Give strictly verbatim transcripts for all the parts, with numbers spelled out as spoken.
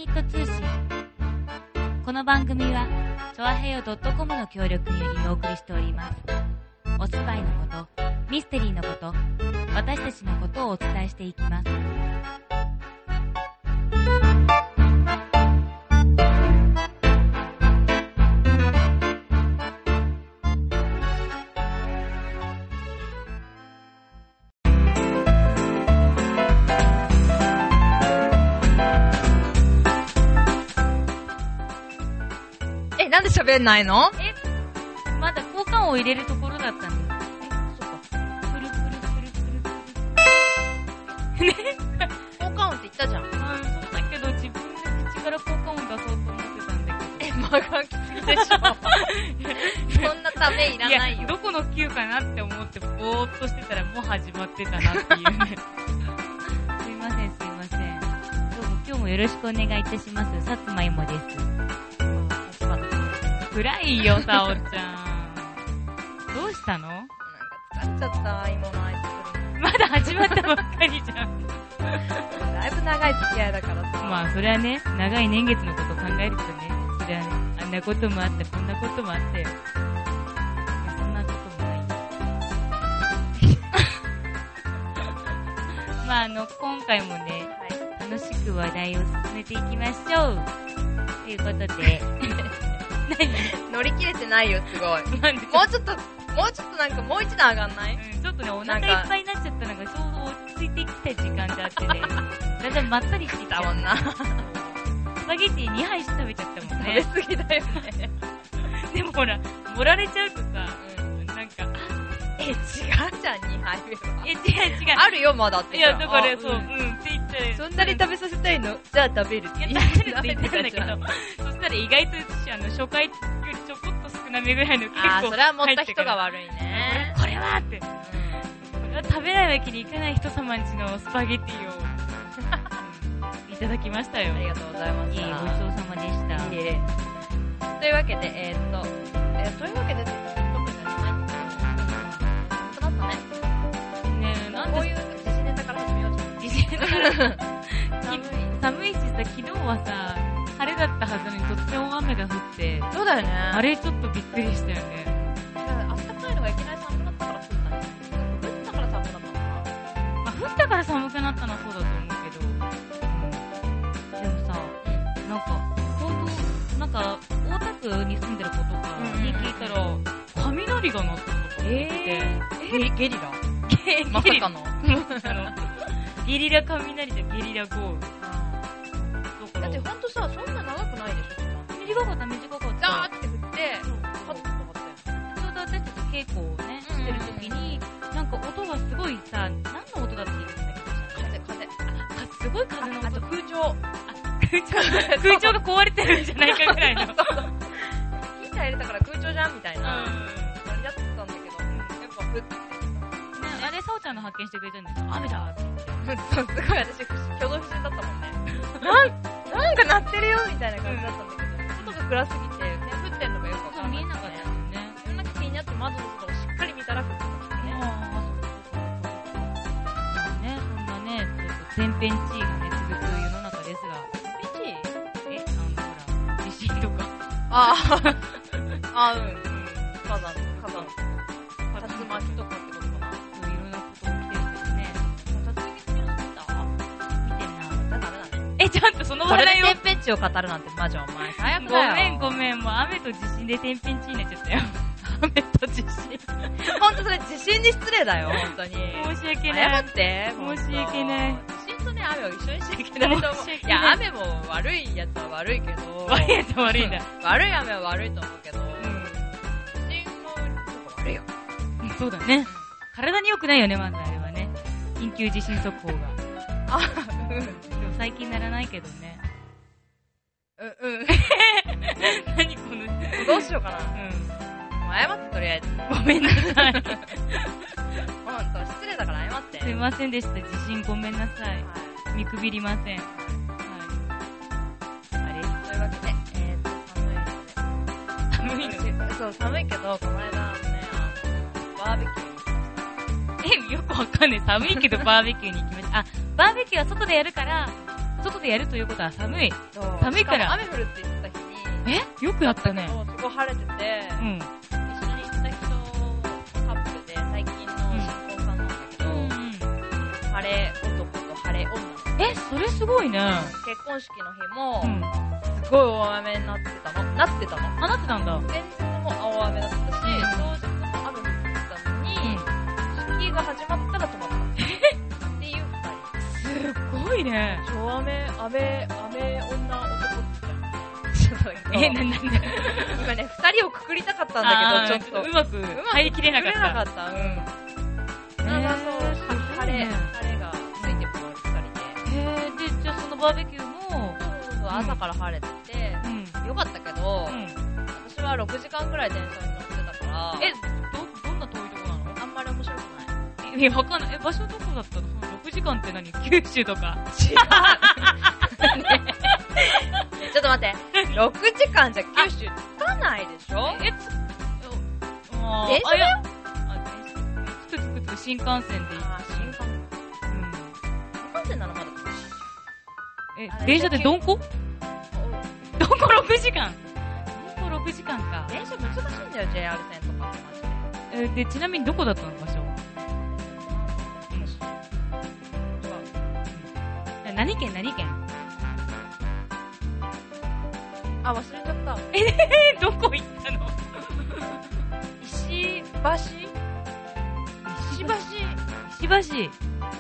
ニット通信。この番組はチョアヘヨ .com の協力によりお送りしております。おスパイのこと、ミステリーのこと、私たちのことをお伝えしていきます。 なんで喋んないの？ え、まだ効果音を入れるところだったんです。え、そっか。くるくるくるくるくる。ね？ 効果音って言ったじゃん。 うん、そうだけど自分で口から効果音出そうと思ってたんだけど。 え、間が空きすぎでしょ。そんなためいらないよ。 いや、どこの級かなって思ってぼーっとしてたらもう始まってたなっていうね。すいませんすいません。どうも今日もよろしくお願いいたします。さつまいもです。暗いよ、さおちゃん。どうしたの？ なんか疲っちゃった、芋のアイスクリーム。 まだ始まったばっかりじゃん。 だいぶ長い付き合いだからさ。 まあ、それはね、長い年月のことを考えるとね、それはね、あんなこともあった、こんなこともあったよ。そんなこともないよ。まあ、あの、今回もね、はい、楽しく話題を進めていきましょう。ということで、 乗り切れてないよ、すごい。もうちょっと、もうちょっとなんかもう一段上がんない？ うん、ちょっとね、お腹いっぱいになっちゃったのがちょうど落ち着いてきた時間であってね、だんだんまったりしてきたもんな。スパゲティにはい食べちゃったもんね。 食べ過ぎだよね。 でもほら、盛られちゃうとさ、うん、なんか、 え、違うじゃん、にはいめは。 え、違う違う。 あるよ、まだって。 いや、だからそう、うん、って言って。 そんなに食べさせたいの？じゃあ食べるって言って。いや、食べるって言ったんだけど、そしたら意外と、あの、初回よりちょこっと少なめぐらいの結構。 あー、それは持った人が悪いね。 これはって。これは食べないわけにいかない人様んちのスパゲティを、いただきましたよ。 ありがとうございました。 いえ、ごちそうさまでした。 いえ。というわけで、えーっと、えー、というわけで、特に何もないんですけど、なったね。 ねえ、なんでこういう時事ネタから始めようじゃん。 時事ネタから寒い。寒いしさ、昨日はさ、晴れだったはずなのに突然大雨が降って。 そうだよね。 あれちょっとびっくりしたよね。 あったかいのがいきなり寒くなったから降ったんですよ。降ったから寒くなったのかな。 まあ、降ったから寒くなったのはそうだと思うけど。うん、でもさ、なんか、ほんと、なんか、大田区に住んでる子とかに聞いたら、雷が鳴ったとかって。 えー、ゲリラゲまさかの。 ゲリラ雷じゃゲリラ豪雨。 だってほんとさ、そんな長くないでしょ？ 短かった、短かった。 ザーって降って、パッと止まったよ。 ちょうど私たち稽古をね、してる時に、なんか音がすごいさ、何の音だって言うんだけどさ、 風、風。 あ、すごい風の音。 あと空調。 あ、空調、空調が壊れてるんじゃないかぐらいの。 ヒーター入れたから空調じゃんみたいな。ノリだったんだけど、やっぱ降って。 あれ、さおちゃんの発見してくれたんだけど、雨だって言って。そう、すごい私、挙動不審だったもんね。なん、なんか鳴ってるよみたいな感じだったんだけど、外が暗すぎて、ね、降ってんのがよくわかんない。 見えなかったよね。 なんか気になって窓の外をしっかり見たら降ってましたね。 ああ、そうね、そんなね、ちょっと天変地異がね、続く世の中ですが。 天変地異？ え、あの、ほら、地震とか。 ああ、ああ、うん、うん。火山、火山。竜巻とかってことかな。 そう、いろんなこと起きてるけどね。 竜巻ニュース見た？ 見てんな。 ダメだね。 え、ちゃんとその話題を。 天変地を語るなんてマジお前最悪だよ。 ごめんごめん、もう雨と地震で天変地異になっちゃったよ。 雨と地震。ほんとそれ地震に失礼だよ、ほんとに。 申し訳ない。 謝って。 申し訳ない。 地震とね、雨を一緒にしちゃいけないと思う。いや、雨も悪いやつは悪いけど。 悪いやつは悪いんだ。 悪い雨は悪いと思うけど。うん。地震のとこ悪いよ。 そうだね。体に良くないよね、まずあれはね。緊急地震速報が。 あ、うん。でも最近ならないけどね。 うん、うん。 何この、 どうしようかな。うん。謝ってとりあえず。 ごめんなさい。 ほんと、失礼だから謝って。 すいませんでした。地震ごめんなさい。はい、見くびりません。はい。あれというわけで、えーと、寒いので。寒いのそう、寒いけど、この間ね、あの、バーベキューに行きました。 え、よくわかんない。寒いけどバーベキューに行きました。あ、バーベキューは外でやるから、外でやるということは寒い。 そう寒いから。 しかも雨降るって言ってた日に。 えよくやったね。 そう、すごい晴れてて、 うん。 一緒に行った人、カップルで最近の新婚さんなんだけど、うんうん、晴れ男と晴れ女。 え、それすごいね。 結婚式の日も、 うん、 すごい大雨になってたの。なってたのあ、なってたんだ。 前日も大雨だったし、当日も雨降ってたのに、うん、式が始まったら止まった。っていう二人。 すごいね。 超雨、雨、雨女男ってちょっとえ、な、な、な、 今ね、二人をくくりたかったんだけど、ちょっと。 うまく入りきれなかった。 入れなかった。うん。なんかそう、晴れ、晴れがついてくる二人で。 へー、で、じゃあそのバーベキューも、 そうそう、朝から晴れてて、うん、よかったけど、うん、私はろくじかんくらい電車に乗ってたから、 え、ど、どんな遠いとこなの？ あんまり面白くない。 いや、わかんない。え、場所どこだったの？ろくじかんって何？九州とか。 違う。ちょっと待って。ろくじかんじゃ九州つかないでしょ？ え、つ、あ電車だよ？ あ、電車。つくつくつく新幹線で行って。 あ、新幹線。うん。新幹線ならまだ楽しいじゃん。え、電車でどんこ？どんころくじかん。どんころくじかんか。 電車難しいんだよ、ジェイアール 線とかってマジで。え、で、ちなみにどこだったの場所？何県何県？ あ、忘れちゃった。 えー、どこ行ったの？ 石橋？石橋？ 石橋。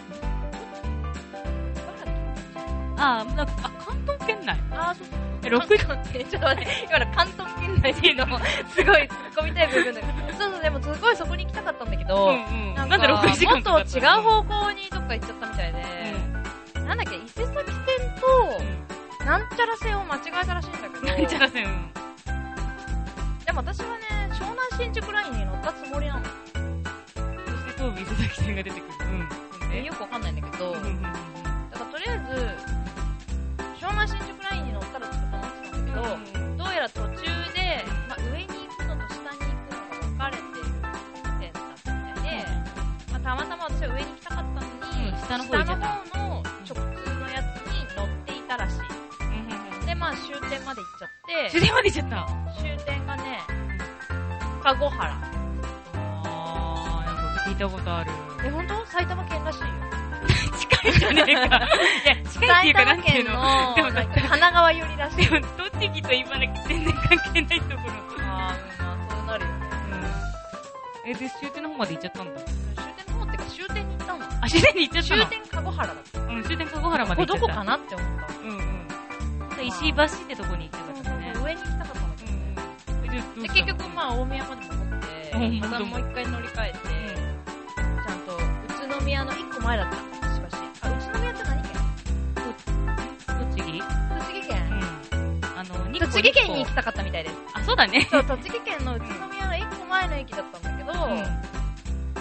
あ、なんか、あ、関東圏内。 あ、そうそう。 え、ろくじかんって、ちょっと待って、今の関東圏内っていうのも、すごい突っ込みたい部分だけど、そうそう、でもすごいそこに行きたかったんだけど、 うんうん、 なんか、 なんでろくじかんもっと違う方向にどっか行っちゃったみたいで、うん、なんだっけ、伊勢崎線と、なんちゃら線を間違えたらしいんだけど、 なんちゃら線、うん、 でも私はね、湘南新宿ラインに乗ったつもりなの。そして東武伊勢崎線が出てくる。 うん。よくわかんないんだけど、うんうんうん、だからとりあえず、湘南新宿ラインに乗ったらちょっと思ってたんだけど、うん、どうやら途中で、まあ、上に行くのと下に行くのが分かれてる線だったみたいで、まあ、たまたま私は上に行きたかったのに、うん、下の方の直通のやつに乗っていたらしい。うん、で、まあ終点まで行っちゃって、 終点まで行っちゃった終点がね、籠原。 あー、なんか聞いたことある。 え、ほんと？埼玉県らしいよ。 近いじゃねえか。いや、近いっていうかなんていうの。 でも神奈川寄りらしい。 でも、栃木と茨城全然関係ないところ。 あー、まあ、そうなるよね。 うん。え、で、終点の方まで行っちゃったんだ。 終点の方ってか、終点に行ったの。 あ、終点に行っちゃったの。 終点籠原だった。 うん、終点籠原まで行っちゃった。 ここどこかなって思った。 うんうん。石井橋ってとこに行きたかったね。 上に行きたかったんだけどね。うん。で、結局、まあ、大宮まで戻って、またもう一回乗り換えて、ちゃんと、宇都宮の一個前だった。あ、宇都宮って何県？ 栃木？ 栃木県。 うん。あの、 栃木県に行きたかったみたいです。 あ、そうだね。 そう、栃木県の宇都宮の一個前の駅だったんだけど、うん、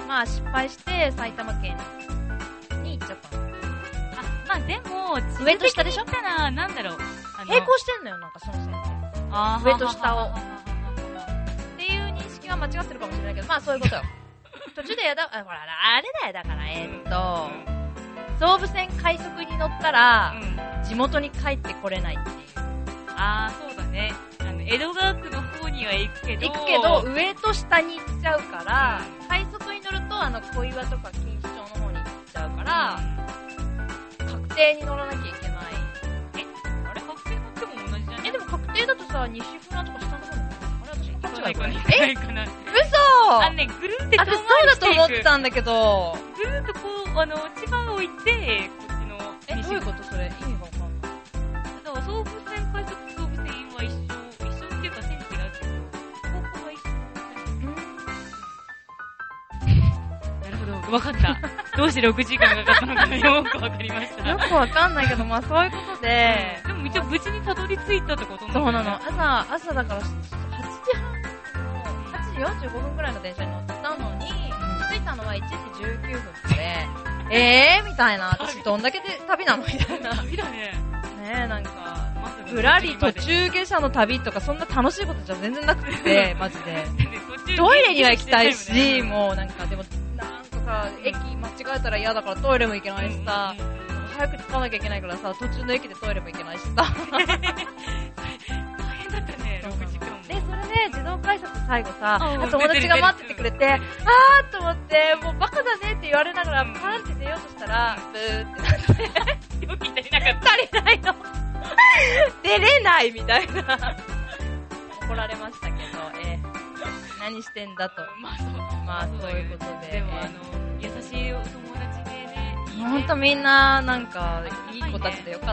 まあ失敗して埼玉県に行っちゃったの。 あ、まあでも、 上と下でしょ？ ったら、なんだろう。 並行してんのよ、なんかその線で。あ上と下を。っていう認識は間違ってるかもしれないけど、まあそういうことよ。途中でやだ、あ、ほら、あれだよ、だから、えー、っと、総武線快速に乗ったら、うん、地元に帰ってこれないっていう。 あー、そうだね。あの、江戸川区の方には行くけど、 行くけど、上と下に行っちゃうから、うん、快速に乗ると、あの、小岩とか錦糸町の方に行っちゃうから、うん、確定に乗らなきゃいけない。 え、あれ確定乗っても同じじゃない？ え、でも確定だとさ、西船とか下の方に。あれ、私、 行かないかな。 えかな。 嘘あのね、ぐるって遠回りしていく。 あ、そうだと思ってたんだけど。 ぐるっとこう、あの、千葉を行って、こっちの。 え、どういうことそれ？意味がわかんない。 だから、総武線、快速総武線は一緒、一緒っていうか線違うけど、方向は一緒。うん。なるほど、わかった。どうしてろくじかんかかったのかよくわかりました。 よくわかんないけど、まあそういうことで。 でも一応無事にたどり着いたってことなの？ そうなの。朝、朝だから、はちじはん、はちじよんじゅうごふんくらいの電車に乗ったのに、着いたのはいちじじゅうきゅうふんで、えーみたいな、私どんだけで旅なのみたいな。 旅だね。 ねえ、なんか、ぶらり途中下車の旅とかそんな楽しいことじゃ全然なくて、マジで。トイレには行きたいし、もうなんかでも、なんかさ、駅間違えたら嫌だからトイレも行けないしさ、 早く着かなきゃいけないからさ、途中の駅でトイレも行けないしさ。 大変だったね、ろくじかんも。 で、それで自動改札最後さ、 うん友達が待っててくれて、あーと思って、もうバカだねって言われながら、パンって出ようとしたら、ブーってなって、 料金足りなかった。 足りないの。出れないみたいな。怒られましたけど、えー、何してんだと。 まあそう。 まあそういうことで。 でもあの、優しいお友達でね、 ほんとみんな、なんか、いい子たちでよかった。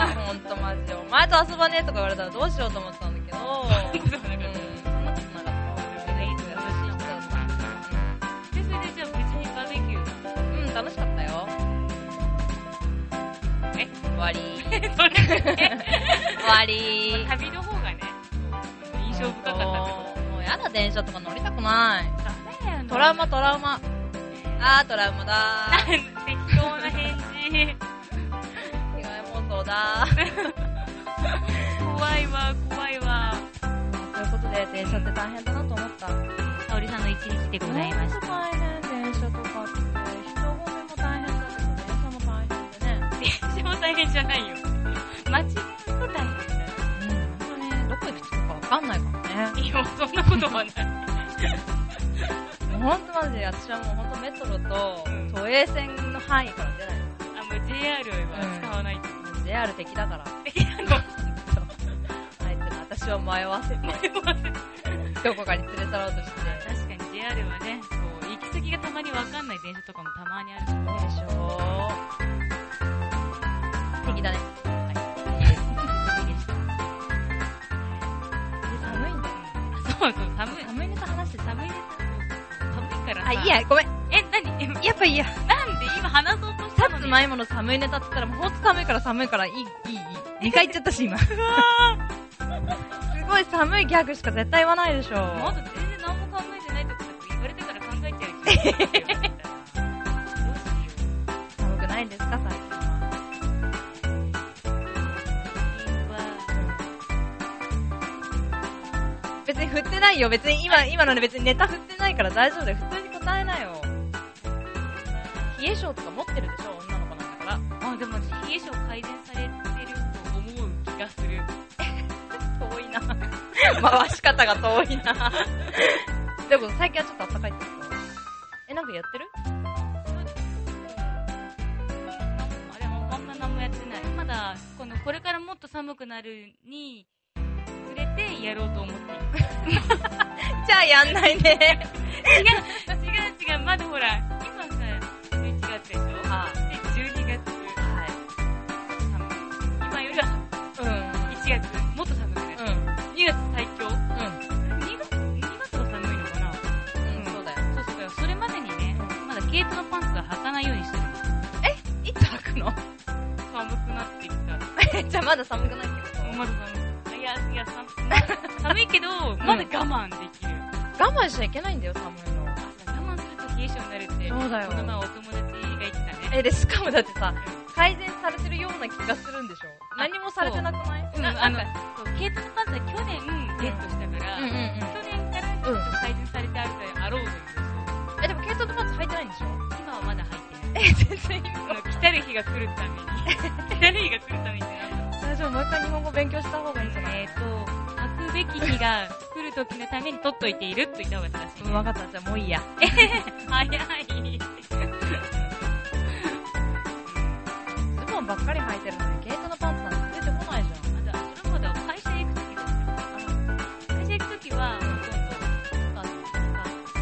ほんとマジで。お前と遊ばねえとか言われたらどうしようと思ったんだけど、うん、そんなことなかった。いい人、優しい人だった。 で、それでじゃあ無事にバーベキューが。 うん、楽しかったよ。 え終わり。 それだけ終わり。 旅の方がね、印象深かったってこと。 もうやだ、電車とか乗りたくない。 ダメやの。 トラウマ、トラウマ。あー、トラウマだー。 適当な返事。 被害妄想だー。 怖いわ、怖いわ。 ということで、電車って大変だなと思った。 沙織さんの一日でございました。 大変、電車とかって。人混みも大変だけど、電車も大変でね。 電車も大変じゃないよ。間違うと大変だよ。 うん、本当に、どこ行くかわかんないからね。 いや、そんなことはない。 もうほんとマジで、私はもうほんとメトロと都営線の範囲から出ない。 あ、もう ジェイアール は使わないと。 うん、ジェイアール 敵だから。 敵なの。 あいつら私を迷わせて、どこかに連れ去ろうとして。 確かに ジェイアール はね、こう、行き先がたまにわかんない電車とかもたまにある。 でしょー。敵だね。 はい。 寒いんだよ。 そうそう、寒い。 寒いネタ話して寒いネ寒いからタ。 さ。 あ、いいや、ごめん。 え、なにやっぱいいや。 なんで今話そうとしたのに。 さつまいもの寒いネタって言ったらもうほんと寒いから寒いからいい、いい、いい。にかい言っちゃったし、今。すごい寒いギャグしか絶対言わないでしょ。 まだ全然何も考えてないとこだって言われてから考えちゃうし。 寒くないんですか、最近は。別に振ってないよ。別に今、今のね別にネタ振ってないから大丈夫だよ。普通に答えなよ。冷え性とか持ってるでしょ、女の子なんだから。 あ、でも冷え性改善されてると思う気がする。 遠いな。回し方が遠いな。でも最近はちょっと暖かいってこと？え、なんかやってる？ あれもあんま何もやってない。まだ、この、これからもっと寒くなるに、つれてやろうと思っている。 じゃあやんないね。 違う、違う違う、まだほら、今さ、じゅういちがつでしょ？ はい。 で、じゅうにがつ、 はい。 寒い。今よりは、 うん。 いちがつ、もっと寒くなる。 うん。 にがつ最強。 うん。 にがつ、にがつが寒いのかな？ うん、そうだよ。 そうそうだよ。それまでにね、まだ毛糸のパンツは履かないようにしてる。 え？いつ履くの？ 寒くなってきた。 じゃあまだ寒くないけど。 まだ寒い。いや、いや、寒寒いけど、まだ我慢できる。 我慢しちゃいけないんだよ、寒いの。 我慢すると冷え性になるって。 そうだよ。 この前お友達が言ってたね。 え、で、しかもだってさ、改善されてるような気がするんでしょ？何もされてなくない？ うん、あの、そう、毛糸のパンツは去年ゲットしたから、 うんうんうん。 去年からちょっと改善されてあるであろうという。 え、でも毛糸のパンツ履いてないんでしょ？ 今はまだ入ってない。 え、全然意味あの、来たる日が来るために。来たる日が来るためにってなんだ。 大丈夫、もう一回日本語勉強した方がいいんじゃない？ えーと、履くべき日が来る時のために取っといていると言った方が正しい。 うん、わかった。じゃあもういいや。 えへへ、早い。 ズボンばっかり履いてるのに、毛糸のパンツなんて出てこないじゃん。 あ、じゃあ、それまでは会社行く時だった。会社行く時は、ほとんど、スカート、スカートから、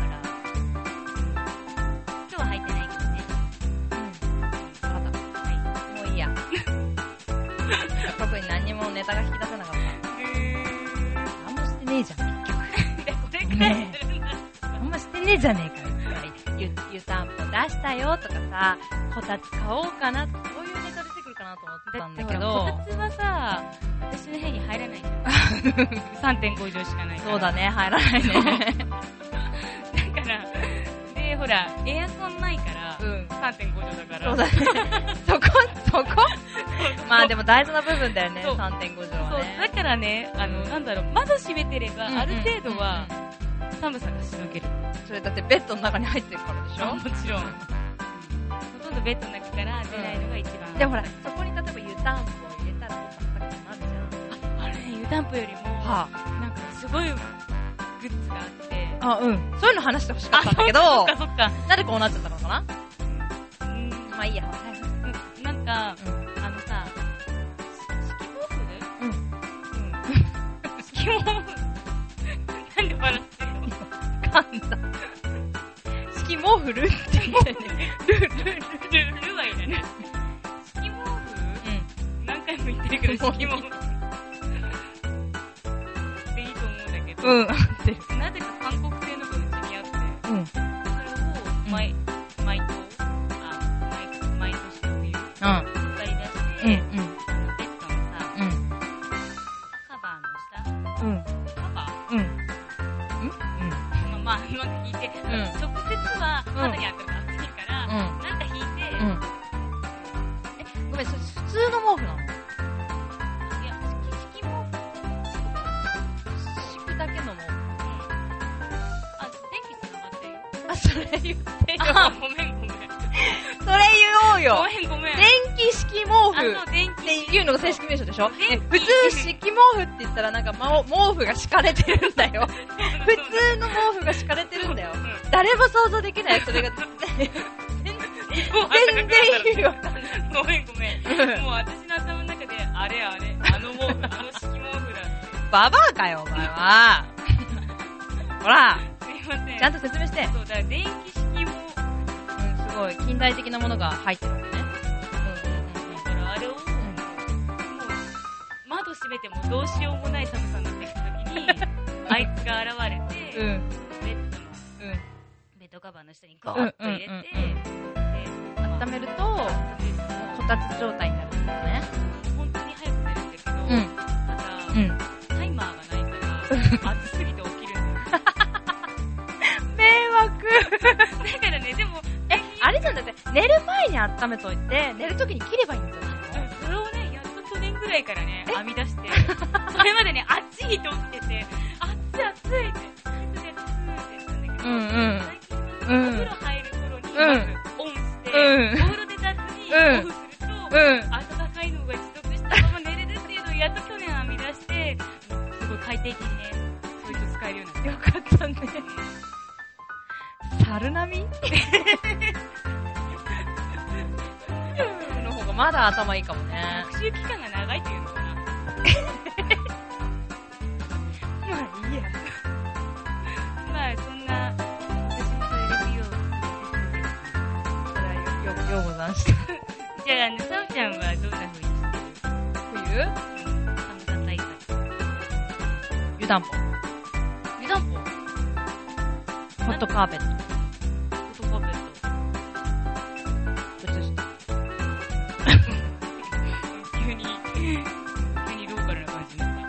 今日は履いてないけどね。 うん。わかった。はい。もういいや。特に何にもネタが引き出せなかった。何もしてねえじゃん、結局。 で、これくらいするんだ。 あんましてねえじゃねえかよ。湯たんぽ出したよとかさ、こたつ買おうかなとか、そういうネタ出てくるかなと思ってたんだけど。 こたつはさ、私の部屋に入らないじゃん。さんてんご 畳しかないから。 そうだね、入らないね。 だから、で、ほら、エアコンないから、 うん、 さんてんご 畳だから。 そうだね。そこ、そこまあでも大事な部分だよね、さんてんご 畳はね。 そう、だからね、あの、なんだろう、窓閉めてれば、ある程度は、寒さがしのげる。 それだってベッドの中に入ってるからでしょ？ もちろん。ほとそのベッドの中から出ないのが一番。 でもほら、そこに例えば湯たんぽを入れたらあったかくなるじゃん。 あ、あれね、湯たんぽよりも、 はあ、なんかすごいグッズがあって。 あ、うん。そういうの話してほしかったんだけど、 そっかそっか。 なんでこうなっちゃったのかな。 うん、 まあいいや、はい。 うん、なんか、うん、あのさ、敷毛布？うん。うん。敷毛布なんで笑ってんの？ 噛んだ。敷毛布ルって言ってね。ル、ル、ル、 ル、ルがいるね。敷毛布？うん。何回も言ってるけど、敷毛布。でいいと思うんだけど。 うん。 なぜか韓国製のがうちにあって。うん。それを、毎、毎年、あ、毎、毎年の冬。うん。使い出して、うん。うん。ベッドのさ、うん。カバーの下。うん。カバー？うん。うん。まあ、うまく引いて、うん、直接は肌に当たると熱いから、うん、なんか引いて、うん、 え、ごめん、それ普通の毛布なの？ いや、敷き毛布。 敷くだけの毛布。うん。 あ、電気つながってるよ。 あ、それ言ってよ。 あ、ごめんごめん。 それ言おうよ。 ごめんごめん。 電気式毛布っていうのが正式名称でしょ？え、普通式毛布って言ったらなんか毛布が敷かれてるんだよ。普通の毛布が敷かれてるんだよ。うん、誰も想像できないよ、それが。全然意味わかんない。 ごめんごめん。もう私の頭の中で、あれあれ、あの毛布、あの敷毛布だって。 ババアかよ、お前は。ほら。 すいません。 ちゃんと説明して。 そう、だから電気式毛布。 すごい近代的なものが入ってるわけね。うんうんうんうん。だからあれを、うん、もう窓閉めてもどうしようもない寒さになってきた時に、あいつが現れて、うん、ベッドの、うん、ベッドカバーの下にゴーッと入れて、うんうんうん、で、 温めると、こたつ状態になるんだよね。 本当に早く寝るんだけど、うん、ただ、うん、タイマーがないから、暑すぎて起きるんだよ。 迷惑。 だからね、でも、 あれじゃん、だって寝る前に温めといて寝るときに切ればいいんじゃないの？ それをね、やっと去年ぐらいからね、編み出して、それまでね、あっちにとってて、熱い熱いって、それで熱いって言ったんだけど、うんうん、最近はお風呂入る頃にまずオンして、うん、お風呂出た後にオフすると、うん、暖かいのが持続したまま寝れるっていうのをやっと去年編み出して、すごい快適にね、そいつ使えるようになった。 よかったね。猿並みの方がまだ頭いいかもね。 学習期間が長いっていうのかな。まあいいや。まあそんな、私もそれで冬をですので。 それはよ、よ、ようござんした。 じゃあ、あの、サオちゃんはどんな風にしてる？ 冬？ 寒さ対策。 湯たんぽ。 湯たんぽ？ ホットカーペット。 ホットカーペット。 靴下。 急に、急にローカルな感じになった。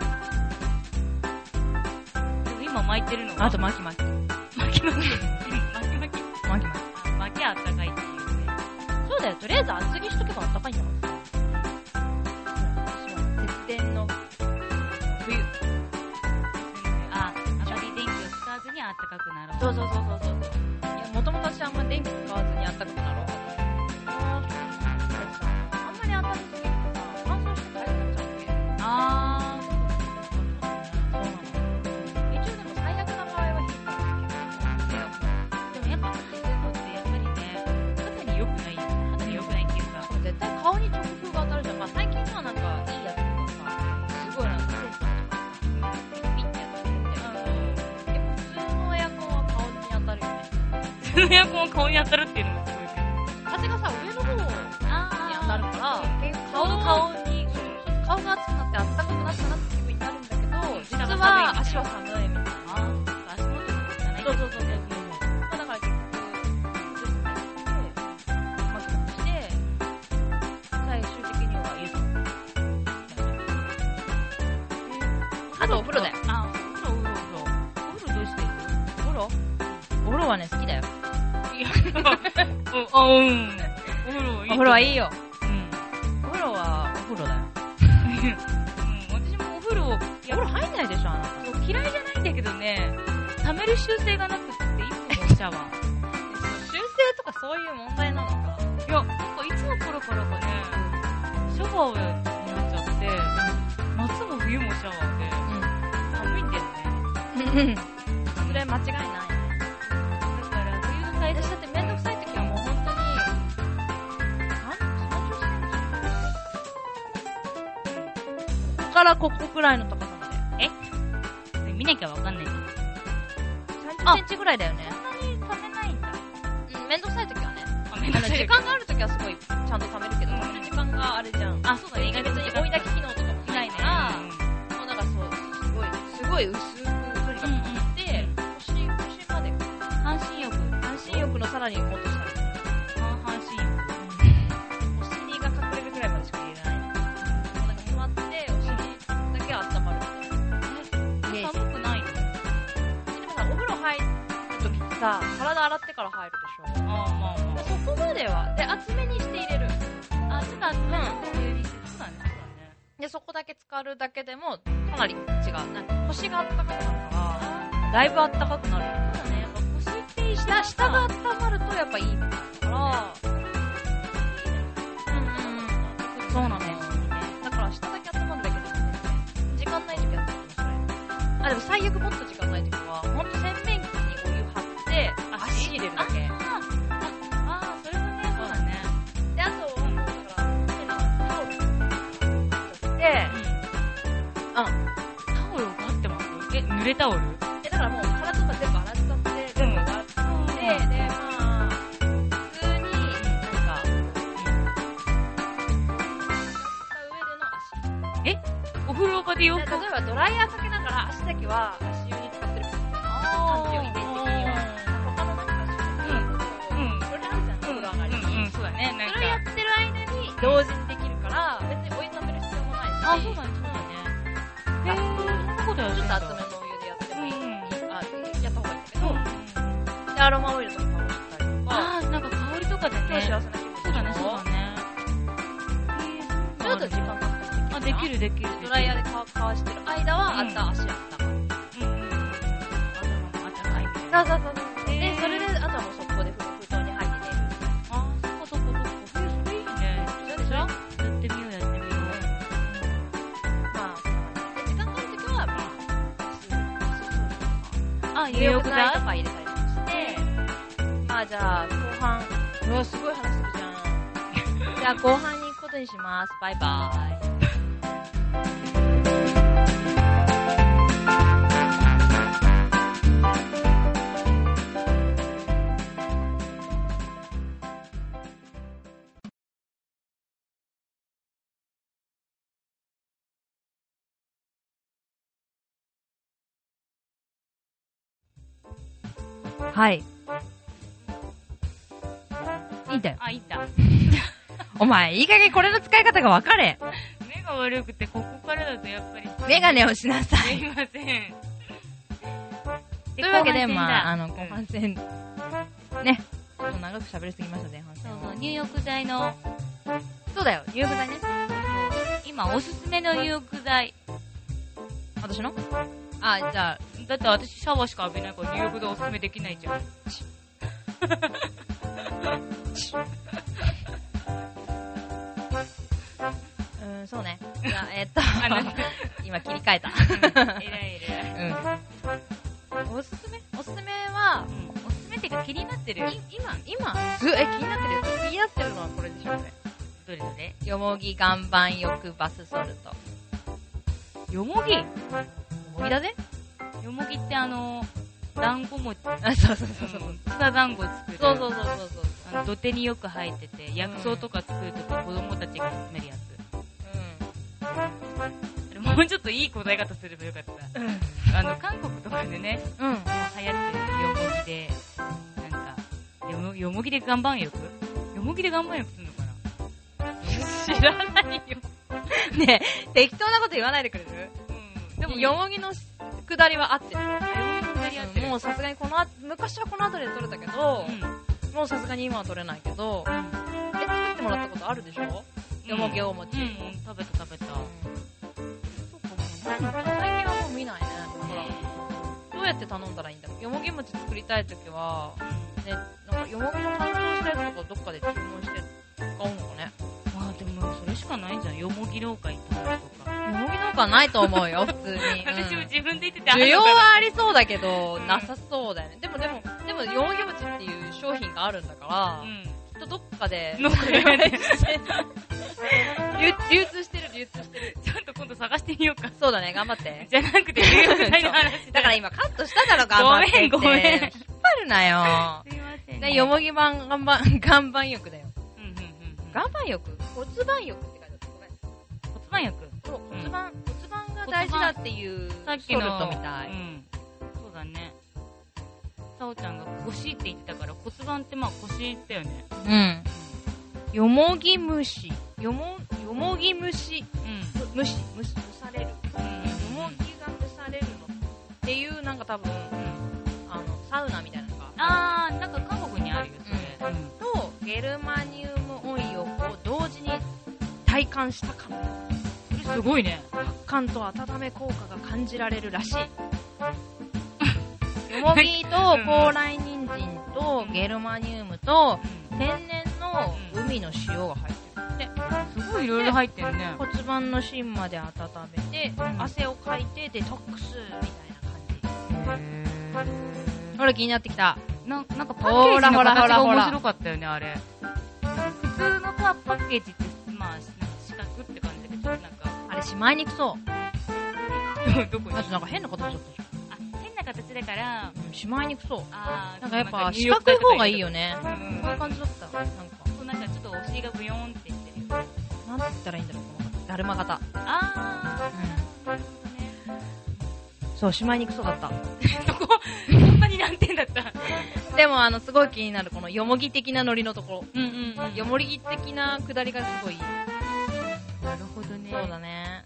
でも今巻いてるのはあと巻き巻き。 巻き巻き。巻き巻き。 巻き巻き。 あ、巻きあったかいっていうね。 そうだよ、とりあえず厚着しとけばあったかいんだからさ。私は節電の冬。 あ、あまり電気を使わずにあったかくなろう。 そうそうそうそうそう。いや、もともと私あんま電気使わずにあったかくなろうかと。あんまり当たりすぎるとさ、乾燥して大変になっちゃうわけ。あー、そうなの。一応でも最悪な場合はヒーターだけど、 でもやっぱそういうのってやっぱりね、肌に良くないよね。肌に良くないっていうか。 そう、絶対顔に直風が当たるじゃん。まあ最近はなんかいいやつとかさ、すごいなんかセンサーとかさ、ピッてやってるんだけど、やっぱ普通のエアコンは顔に当たるよね。 普通のエアコンは顔に当たるっていうのもすごいけど。 風がさ、上の方に当たるから、 顔の顔に、 顔が熱くなってあったかくなったなって気分になるんだけど、実は足は寒いみたいな。 足元のことじゃない。 そうそうそうそう。だから結局、靴下入って、マスクして、最終的には湯たんぽ。あとお風呂だよ。 あ、お風呂、お風呂、お風呂。お風呂どうしてる？ お風呂？お風呂はね、好きだよ。 いや、あ、うん。お風呂いい。 お風呂はいいよ。 うん。 お風呂は、お風呂だよ。 うん、私もお風呂、いや、 お風呂入んないでしょ、あなた。 そう、嫌いじゃないんだけどね、溜める習性がなくって、いつもシャワー。 習性とかそういう問題なのか。 いや、 からかね、シャワーになっちゃって、夏も冬もシャワーで、寒いんだよね。 それ間違いないね。 だから冬の最初私だってめんどくさい時はもう本当にさんじゅっセンチここからここくらいの高さまで。 え見なきゃわかんないけど。 さんじゅっセンチぐらいだよね。 そんなに溜めないんだ。 うん、めんどくさい時はね。 あ、めんどくさい。 時間がある時はすごいちゃんと溜めるけど、溜める時間があれじゃん。 あ、そうだね。意外と別に追い炊き機能とかもないから、もうなんかそう、すごい、すごい薄く、とにかく塗って、腰、腰まで、 半身浴。 半身浴のさらにもっと下に。 半身浴。 お尻が隠れるぐらいまでしか入れない。なんか座って、お尻だけ温まる。 寒くないの？ でもさ、お風呂入る時ってさ、体洗ってから入るでしょ。 ああ、まあまあ。 そこまでは。で、厚めにして入れる。 あ、ちょっと厚めのお湯にして。そうだね、そうだね。 で、そこだけ浸かるだけでも、かなり違う。なんか腰が温かくなるから、だいぶ温かくなる。 そうだね、やっぱ腰っていい下、下が温まるとやっぱいいみたいだから、うんうんうん。そうなんだよ。だから下だけ温まるだけでもね、時間ない時はやってるかもしれない。あ、でも最悪もっと時間ない時は、ほんと洗面器にお湯張って、足入れるだけ。 ああ、それはね、そうだね。 で、あとはもうだから、変なタオルで、 タオルをガッてます？え、濡れタオル？ え、だからもう体とか全部洗っちゃって、全部洗って、で、まあ、普通に、なんか、上での足。 お風呂場でよく。 例えばドライヤーかけながら足だけは足湯に使ってる。 あ環境イメージ的には。他のなんか足湯に、それあるじゃん、風呂上がりに。 うん、そうだね、なんか。 それやってる間に同時にできるから、別にお湯溜める必要もないし。 あ、そうだね、そうだね。へぇー、そんなことやるんだ。 ちょっと厚めのお湯でやってもいい。 うん。 あ、やった方がいいんだけど、で、アロマオイルとか倒したりとか。 あー、なんか香りとかでね。 今日幸せな気分。 そうだね、そうだね。 ちょっと時間かかってあ、できるできる。 ドライヤーでかわしてる間は、あった足あったかい。 うんうん。あったかい。 そうそうそう。で、それで、あとはもう速攻で封筒に入って寝る。 あー、そこそこそこ。それいいね。 そうでしょ？ やってみよう、やってみよう。 まあ、で、時間があるときは、まあ、 あ、入入浴浴剤剤とか入れたりとかして、まあじゃあ、後半、うわ、すごい話するじゃん。じゃあ、後半に行くことにします。バイバーイ。はい。いいんだよ。 あ、いいんだ。 お前、いい加減これの使い方が分かれ。 目が悪くて、ここからだとやっぱり。 メガネをしなさい。 すいません。 というわけで、まあ、あの、後うん半戦、ね。ちょっと長く喋りすぎました、前半戦は。 そうそう、入浴剤の、 そうだよ、入浴剤ね。 今おすすめの入浴剤。 私のあ、じゃあ、 だって私シャワーしか浴びないから入浴剤おすすめできないじゃん。 うん、そうね。じゃあ、えー、っと、今切り替えた。 えらいえらい。 うん。おすすめおすすめは、 うん、おすすめっていうか気になってる。 い今、今、すえ、気になってる気になってるのはこれでしょうね。 どれどれ？ よもぎ岩盤浴バスソルト。 よもぎ？ よもぎだぜ。 よもぎってあの、団子餅。 あ、そうそうそうそう。 草団子作る。 そうそうそうそうそう。 あの土手によく生えてて、薬草とか作るとき子供たちが集めるやつ。うん。もうちょっといい答え方すればよかった。うん。あの、韓国とかでね、 うん。流行ってるよもぎで、なんか、よもよもぎで岩盤浴？よもぎで岩盤浴するのかな？ 知らないよ。ねえ、適当なこと言わないでくれる？ うん。 でも、よもぎの下りは合ってる。 よもぎの下り合ってる。 もうさすがにこのあ、昔はこの辺りで取れたけど、 うん、 もうさすがに今は取れないけど、うん、え、作ってもらったことあるでしょ？よもぎお餅。 うん、うん、食べた食べた。うん、 そうかも。最近はもう見ないね。どうやって頼んだらいいんだろう。よもぎ餅作りたいときは、ね、なんかよもぎの乾燥したやつとかどっかで注文して買おうのかね。 れしかないじゃん。よもぎ農家行ったりとか。 よもぎ農家ないと思うよ、普通に。 私も自分で言ってて、 需要はありそうだけど、なさそうだよね。でもでも、でも、よもぎ餅っていう商品があるんだから、うん、きっとどっかで、 農家で流, 流通してる、流通してる。 ちょっと今度探してみようか。 そうだね、頑張って。 じゃなくて、入浴剤の話。 だから今カットしただろ、頑張って。 ごめん、ごめん。 引っ張るなよ。 すいません、 ね。よもぎばん、岩盤、岩盤浴だよ。 うんうんうん。 岩盤浴骨盤浴って書いてあった。ごめん。 骨盤浴そう、骨盤、骨盤が大事だっていう、 さっきのソルトみたい。 うん。そうだね。さおちゃんが腰って言ってたから骨盤ってまあ腰だよね。 うん。よもぎ虫。よも、よもぎ虫。 うん。 蒸し、蒸し、蒸される。うん。よもぎが蒸されるの。っていう、なんか多分、うん、あの、サウナみたいなのが。 あー、なんか韓国にあるよ、それ。 うん。と、ゲルマニウムオイルを同時に体感したかも。 それすごいね。 発汗と温め効果が感じられるらしい。よもぎと高麗人参とゲルマニウムと天然の海の塩が入ってるって。 すごいいろいろ入ってるね。 骨盤の芯まで温めて、汗をかいてデトックスみたいな感じ。ほら気になってきた。 な, なんかパッケージの形が面白かったよね、あれ。普通のパッケージって、まあ、四角って感じだけど、なんか。 あれしまいにくそう。 どこに？ だってなんか変な形だったじゃん。あ、変な形だから、 うん、しまいにくそう。 あー、なんかやっぱ四角い方がいいよね。うん、うん、こういう感じだった。なんか。 そう、なんかちょっとお尻がブヨーンって言ってるよ。 なんて言ったらいいんだろう、この形。だるま型。 あー。うん。 そう、しまいにくそうだった。 そこ、そんなに難点だった。 でも、あの、すごい気になる、このよもぎ的なノリのところ。 うんうんうん。 よもぎ的な下りがすごいいい。 なるほどね。 そうだね。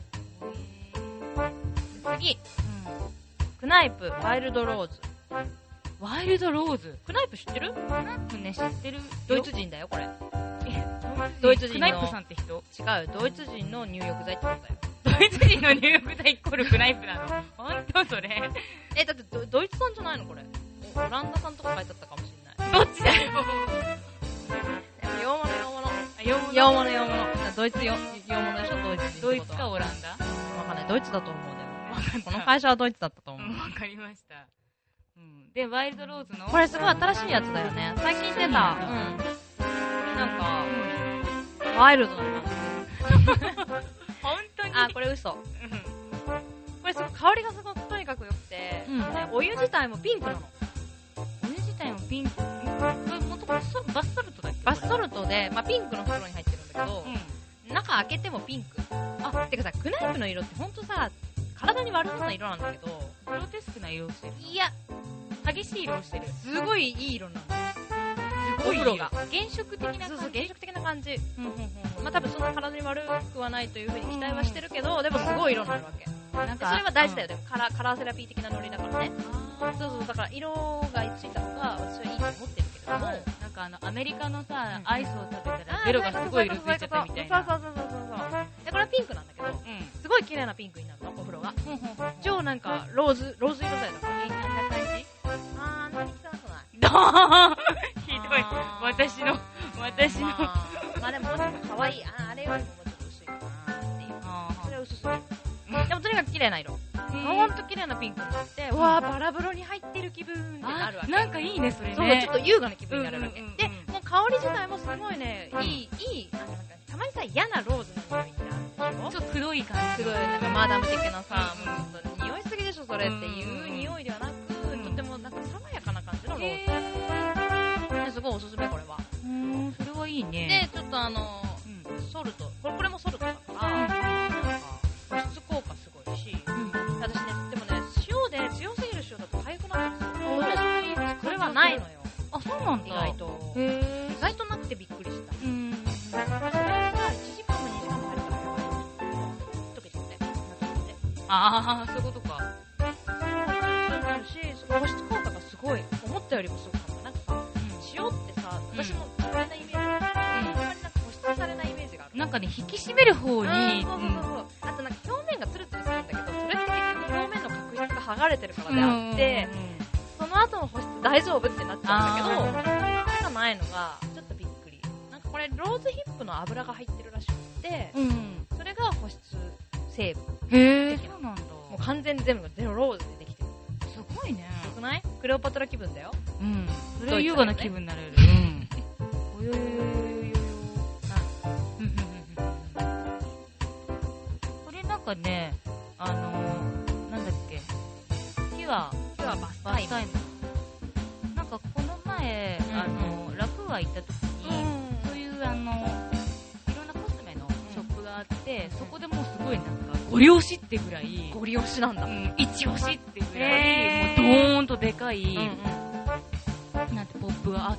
次。うん。クナイプ、ワイルドローズ。 ワイルドローズクナイプ知ってる？ クナイプね、知ってる。 ドイツ人だよ、これ。 え、 ドイツ人の。 クナイプさんって人？ 違う、ドイツ人の入浴剤ってことだよ。 ドイツ人の入浴剤イコールクナイプなの？ほんとそれ？ え、だってド、ドイツ産じゃないのこれ。オランダ産とか書いてあったかもしれない。 どっちだよ。 洋物洋物。 洋物洋物洋物。ドイツ洋物でしょ、ドイツ人。 ドイツかオランダ？ わかんない。ドイツだと思うでも。この会社はドイツだったと思う。 うん、わかりました。うん。で、ワイルドローズのこれすごい新しいやつだよね。最近出た。うん。なんか、うん、ワイルドな感じ。 本当に？ あ、これ嘘。うん。これすごい香りがすごくとにかく良くて、うん、お湯自体もピンクなの。 お湯自体もピンク？これもともとバスソルトだっけ？ バスソルトで、まあ、ピンクの袋に入ってるんだけど、うん、中開けてもピンク。あ、てかさ、クナイプの色ってほんとさ、体に悪そうな色なんだけど、 グロテスクな色をしてる。 いや、 激しい色をしてる。 すごいいい色なんだ。 すごい色が。原色的な感じ。 そうそう、原色的な感じ。うんうんうん。まあ多分そんな体に悪くはないという風に期待はしてるけど、でもすごい色になるわけ。なんかそれは大事だよ、でもカラー、カラーセラピー的なノリだからね。そうそう、だから色がついた方が私はいいと思ってるけども、なんかあの、アメリカのさ、アイスを食べたらベロがすごい色ついちゃったみたいな。 そうそうそうそうそう。で、これはピンクなんだけど、すごい綺麗なピンクになるの、お風呂が。超なんか、ローズ、ローズ色だよ。 あんな感じ？ あー、あんなに汚くない。 ひどい。私の、私の。 まあでももうちょっと可愛い。あ、あれよりももうちょっと薄いかなっていう。それは薄すぎる。でもとにかく綺麗な色。ほんと綺麗なピンクになって、うわー、バラ風呂に入ってる気分ってなるわけ。 なんかいいね、それね。 そう、ちょっと優雅な気分になるわけ。で、もう香り自体もすごいね、いい、いい、あの、なんか、たまにさ、嫌なローズの匂いってあるでしょ？ ちょっと黒い感じ。 すごい、なんかマダム的なさ、もうちょっと匂いすぎでしょ、それっていう匂いではなく、とてもなんか爽やかな感じのローズ。ですごいおすすめ、これは。 うーん、それはいいね。 で、ちょっとあの、ソルト、これ、これもソルトだから、なんか、保湿効果すごいし、私ね、でもね、塩で強すぎる塩だと痒くなってるんですよ。私、これはないのよ。 あ、そうなんだ。 意外と。 へー。 意外となくてびっくりした。 うん。 それがさ、いちじかんもにじかんも入ったらやばい。溶けちゃって。 あー、そういうことか。 そうなるし、保湿効果がすごい、思ったよりもすごかった。なんかさ、塩ってさ、私も嫌いなイメージがあって、あんまりなんか保湿されないイメージがある。 なんかね、引き締める方に。 そうそうそうそう。あとなんか表面がツルツルするんだけど、それって結局表面の角質が剥がれてるからであって、その後の保湿大丈夫ってなっちゃうんだけど、それがないのが、ちょっとびっくり。なんかこれ、ローズヒップの油が入ってるらしくて、 て、 うん、 それが保湿成分。 へー、そうなんだ。 もう完全に全部がゼロローズでできてる。 すごいね。 すごくない？クレオパトラ気分だよ。 うん。それは優雅な気分になれる。うん。およよよよよよ。うん。これなんかね、あのー、なんだっけ、ピュア、 ピュアバスタイム。 なんかこの前、うん、あのー、ラクーア行った時に、うん、そういうあのー、いろんなコスメのショップがあって、うん、そこでもうすごいなんか、ゴリ押しってぐらい、 ゴリ押しなんだ。 うん、一押しってぐらい、もうドーンとでかい、うんうん、なんてポップがあって、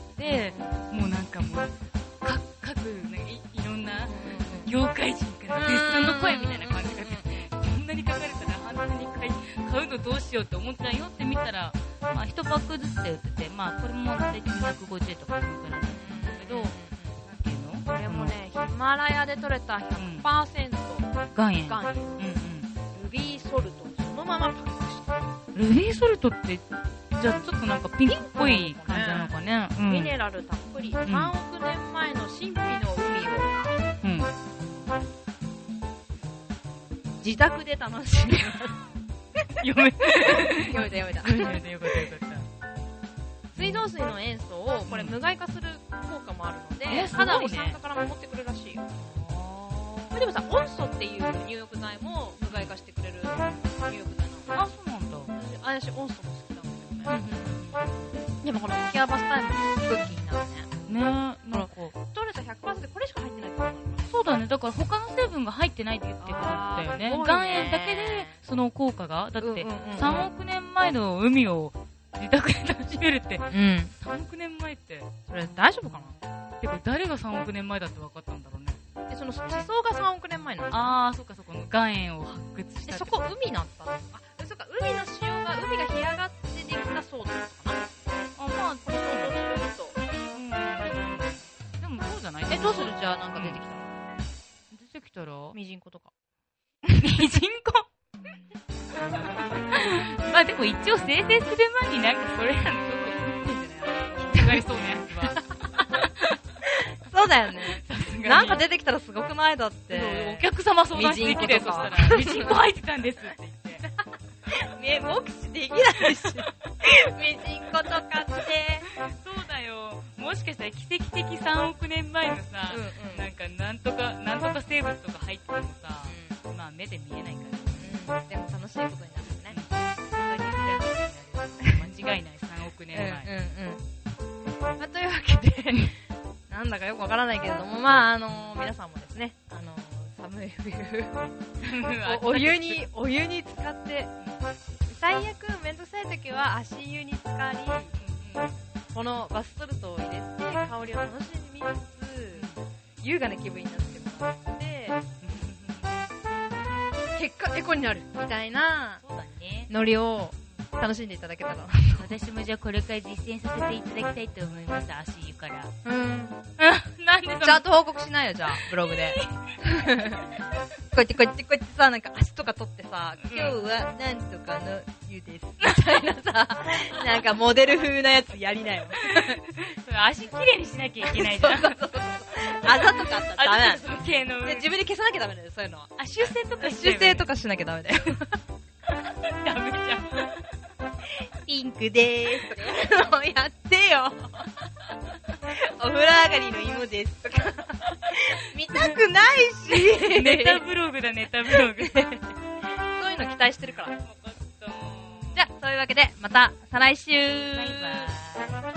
もうなんかもう、か、各、ね、い, いろんな業界人から絶賛の声みたいな感じが出て、こんなに書かれたら半分に買い、買うのどうしようって思ったよって見たら、まあいちパックずつで売ってて、まあこれも大体にひゃくごじゅうえんとかそのくらいなんだけど、なんていうの？ これもね、ヒマラヤで採れた ひゃくパーセント、うん、 岩塩。 岩塩。うんうん。ルビーソルトをそのままパックしてる。ルビーソルトって、じゃあちょっとなんかピンクっぽい感じなのかね。うん、ミネラルたっぷり、さんおくねんまえの神秘の海を、うん、自宅で楽しめます。 読め。 読めた読めた。 読めたよかったよかった。 水道水の塩素をこれ無害化する効果もあるので、 えー、 肌を酸化から守ってくれるらしいよ。でもさ、温素っていう入浴剤も無害化してくれる入浴剤なの。 あ、そうなんだ。 私、温素も好きなんだよね。うん、でもこのケアバスタイムすごい気になるね。 ね、なんかトレサ ひゃくパーセント でこれしか入ってないってことなのかな。 そうだね。だから他の成分が入ってないって言ってくるんだよね。岩塩だけでその効果が、だってさんおくねんまえの海を自宅で楽しめるって、うん、さんおくねんまえってそれ大丈夫かな。 てか誰がさんおくねんまえだって分かったんだろうね。 え、その地層がさんおくねんまえなの。 ああ、そっかそっか。岩塩を発掘したって。 そこ海なったの。あ、そっか、海の塩が海が干上がってできたそうだったかな。 あ、まあそうそうそう。うん。でもそうじゃない。 え、どうする？じゃあなんか出てきたら、 うん、出てきたらミジンコとか。 ミジンコまあでも一応生成する前になんかそれらのちょっと引っかかりそうなやつはそうだよね。なんか出てきたらすごくない？だってお客様相談してきて、そしたらミジンコ入ってたんですって言ってね、目視できないしミジンコとかってそうだよ。もしかしたら奇跡的さんおくねんまえのさ、うんうん、なんかなんとかなんとか生物とか入っててもさ、うん、まあ目で見えないから、 うん、でも楽しいことになるね。 間違いないさんおくねんまえ、 うんうんうん、まあ、というわけでなんだかよくわからないけれども、まああの皆さんもですね、あの寒い冬お, お湯にお湯に浸かって、最悪めんどくさい時は足湯に浸かり、うんうん、このバスソルトを入れて香りを楽しみつつ優雅な気分になってもらって結果エコになるみたいなノリを楽しんでいただけたら。 私もじゃあこれから実践させていただきたいと思います。足湯から。 うん。 なんでそのちゃんと報告しないよ、じゃあブログで。こうやってこうやってこうやってさ、なんか足とか取ってさ、うん、今日はなんとかの湯ですみたいなさ、なんかモデル風なやつやりなよ。 足きれいにしなきゃいけないじゃん。 そうそうそうそう。あざとかあったらダメなんだよ。 系ので自分で消さなきゃダメだよ、そういうのは。 あ、修正とか修正とかしなきゃダメだよ。 ダメじゃん。 ピンクでーすとかやってよ。お風呂上がりの芋ですとか見たくないし。 ネタブログだ、ネタブログ。そういうの期待してるから。じゃあ、そういうわけでまた再来週。 バイバーイ。